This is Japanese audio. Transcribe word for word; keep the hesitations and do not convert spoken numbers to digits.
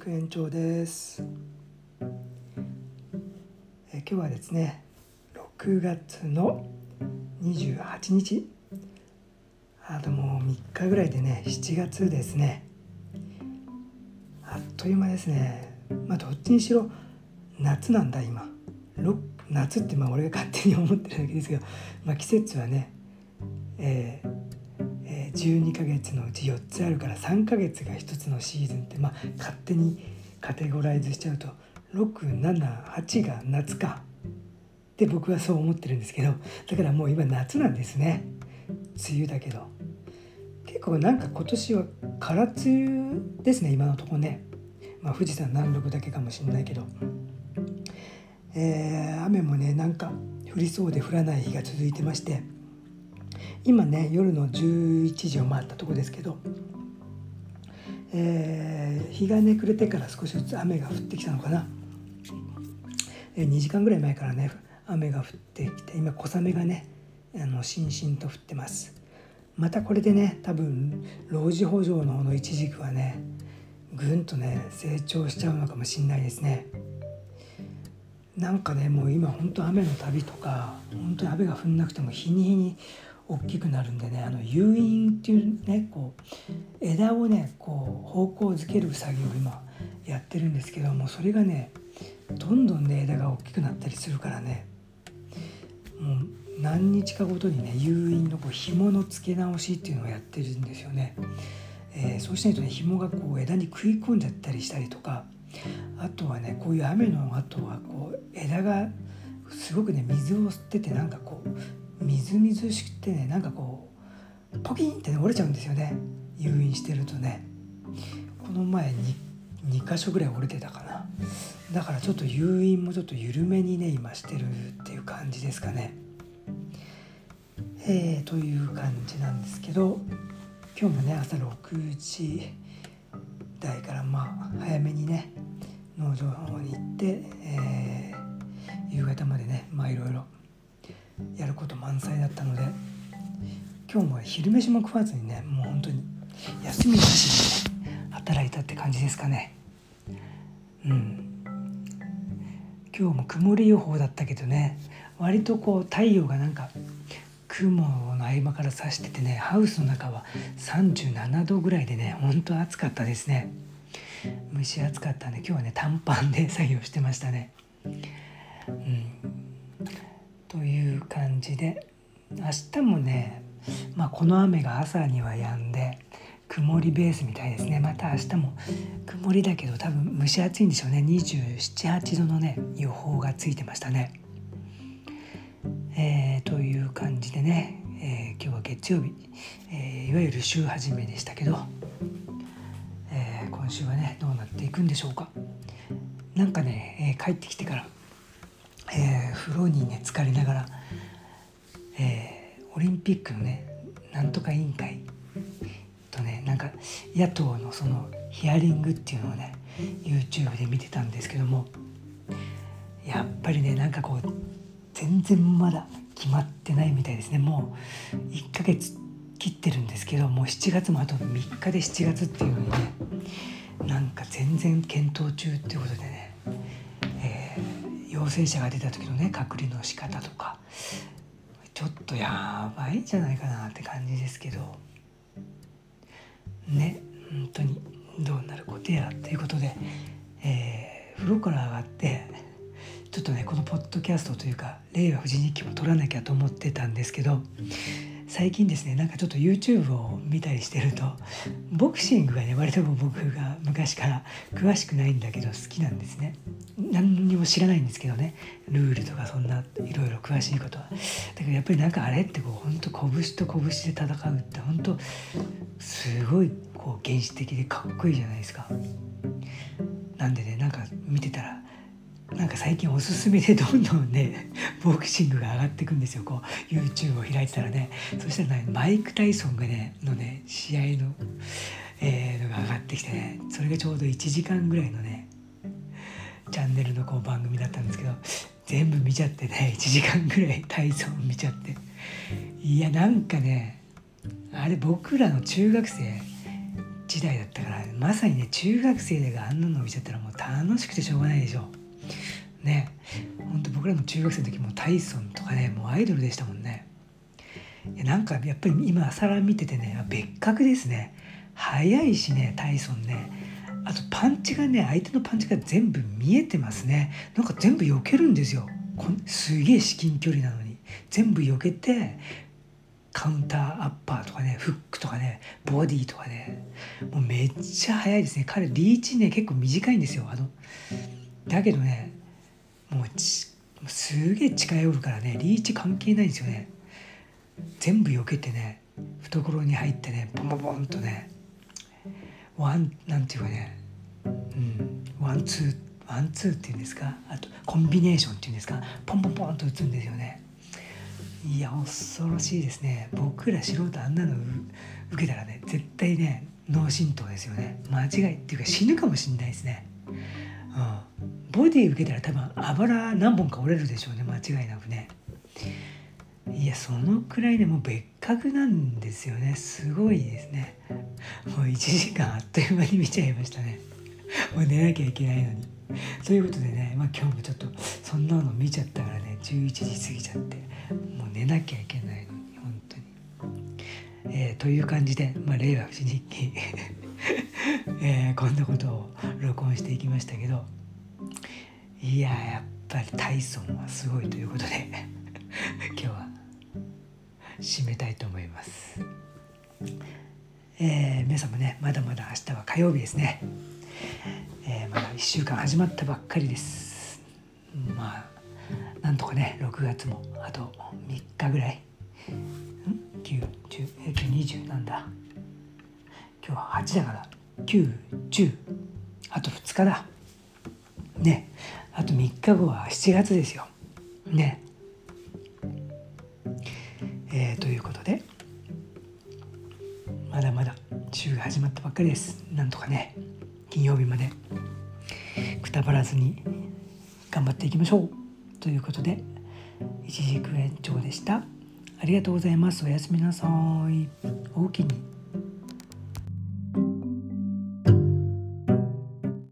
軸延長です。え今日はですねろくがつのにじゅうはちにち、あともうみっかぐらいでねしちがつですね。あっという間ですね。まあどっちにしろ夏なんだ今。夏ってまあ俺が勝手に思ってるだけですけど、まあ、季節はね、えーえー、じゅうにかげつのうちよっつあるからさんかげつがひとつのシーズンって、まあ、勝手にカテゴライズしちゃうとろく、なな、はちが夏かって僕はそう思ってるんですけど、だからもう今夏なんですね。梅雨だけど結構なんか今年は空梅雨ですね今のところね。まあ富士山南麓だけかもしれないけど、えー、雨もねなんか降りそうで降らない日が続いてまして、今ね夜のじゅういちじを回ったとこですけど、えー、日がね暮れてから少しずつ雨が降ってきたのかな。えー、にじかんぐらい前からね雨が降ってきて、今小雨がねあのしんしんと降ってます。またこれでね多分老人ホ城の方のイチジクはねぐんとね成長しちゃうのかもしれないですね。なんかねもう今本当雨の旅とか本当に雨が降んなくても日に日に大きくなるんでね、あの誘引っていうねこう枝をねこう方向づける作業を今やってるんですけども、それがねどんどんね枝が大きくなったりするからね、もう何日かごとにね誘引のこう紐の付け直しっていうのをやってるんですよね。えー、そうしないとね紐がこう枝に食い込んじゃったりしたりとか、あとはねこういう雨の後はこう枝がすごくね水を吸ってて、なんかこうみずみずしくてね、なんかこうポキンってね折れちゃうんですよね、誘引してるとね。この前ににかしょぐらい折れてたかな。だからちょっと誘引もちょっと緩めにね今してるっていう感じですかね。えー、という感じなんですけど、今日もね朝ろくじ台からまあ早めにね農場の方に行って、えー、夕方までねまあいろいろやること満載だったので、今日も昼飯も食わずにねもう本当に休みなしで、ね、働いたって感じですかね。うん今日も曇り予報だったけどね、割とこう太陽がなんか雲の合間から差しててね、ハウスの中はさんじゅうななどぐらいでね本当暑かったですね。蒸し暑かったんで今日はね短パンで作業してましたね。うんという感じで、明日もね、まあ、この雨が朝には止んで曇りベースみたいですね。また明日も曇りだけど多分蒸し暑いんでしょうね。にじゅうなな、はちどのね予報がついてましたね。えー、という感じでね、えー、今日は月曜日、えー、いわゆる週始めでしたけど、えー、今週はねどうなっていくんでしょうか。なんかね、えー、帰ってきてからえー、風呂にね浸かりながら、えー、オリンピックのねなんとか委員会とねなんか野党のそのヒアリングっていうのをね YouTube で見てたんですけども、やっぱりねなんかこう全然まだ決まってないみたいですね。もういっかげつ切ってるんですけど、もうしちがつもあとみっかでしちがつっていうのにねなんか全然検討中っていうことでね、陽性者が出た時のね隔離の仕方とかちょっとやばいんじゃないかなって感じですけどね、本当にどうなることやらということで、えー、風呂から上がってちょっとねこのポッドキャストというか令和富士日記も撮らなきゃと思ってたんですけど、最近ですねなんかちょっと YouTube を見たりしてるとボクシングがね割と僕が昔から詳しくないんだけど好きなんですね。何にも知らないんですけどね、ルールとかそんないろいろ詳しいことは。だけどやっぱりなんかあれってこう本当拳と拳で戦うって本当すごいこう原始的でかっこいいじゃないですか。なんでねなんか見てたらなんか最近おすすめでどんどんねボクシングが上がってくんですよ。こう YouTube を開いてたらね、そしたらねマイク・タイソンがねのね試合の、えー、のが上がってきてね、それがちょうどいちじかんぐらいのねチャンネルのこう番組だったんですけど、全部見ちゃってねいちじかんぐらいタイソン見ちゃって、いやなんかねあれ僕らの中学生時代だったから、まさにね中学生があんなのを見ちゃったらもう楽しくてしょうがないでしょね。ほんと僕らの中学生の時もタイソンとかねもうアイドルでしたもんね。いやなんかやっぱり今朝ラ見ててね別格ですね。速いしねタイソンね。あとパンチがね相手のパンチが全部見えてますね。なんか全部避けるんですよ。こんすげえ至近距離なのに全部避けてカウンターアッパーとかねフックとかねボディとかねもうめっちゃ速いですね。彼リーチね結構短いんですよ。あのだけどねもうちすげえ近寄るからねリーチ関係ないんですよね。全部避けてね懐に入ってねポンポンポンとねワンなんていうかね、うん、ワンツーワンツーっていうんですか、あとコンビネーションっていうんですか、ポンポンポンと打つんですよね。いや恐ろしいですね。僕ら素人あんなの受けたらね絶対ね脳震盪ですよね。間違いっていうか死ぬかもしれないですね。うん、ボディ受けたら多分あばら何本か折れるでしょうね間違いなくね。いやそのくらいでもう別格なんですよね。すごいですね。もういちじかんあっという間に見ちゃいましたね。もう寝なきゃいけないのに。ということでね、まあ、今日もちょっとそんなの見ちゃったからねじゅういちじ過ぎちゃってもう寝なきゃいけないのに本当に、えー、という感じで、まあ、令和富士日記、えー、こんなことを録音していきましたけど、いややっぱりタイソンはすごいということで今日は締めたいと思います。えー、皆さんもねまだまだ明日は火曜日ですね。えー、まだいっしゅうかん始まったばっかりです。まあなんとかねろくがつもあとみっかぐらいんきゅう、じゅう、えー、にじゅうなんだ今日ははちだからきゅう、じゅうあとふつかだね。あとみっかごはしちがつですよね。えー、ということでまだまだ週が始まったばっかりです。なんとかね金曜日までくたばらずに頑張っていきましょうということで一軸延長でした。ありがとうございます。おやすみなさい。おおきに。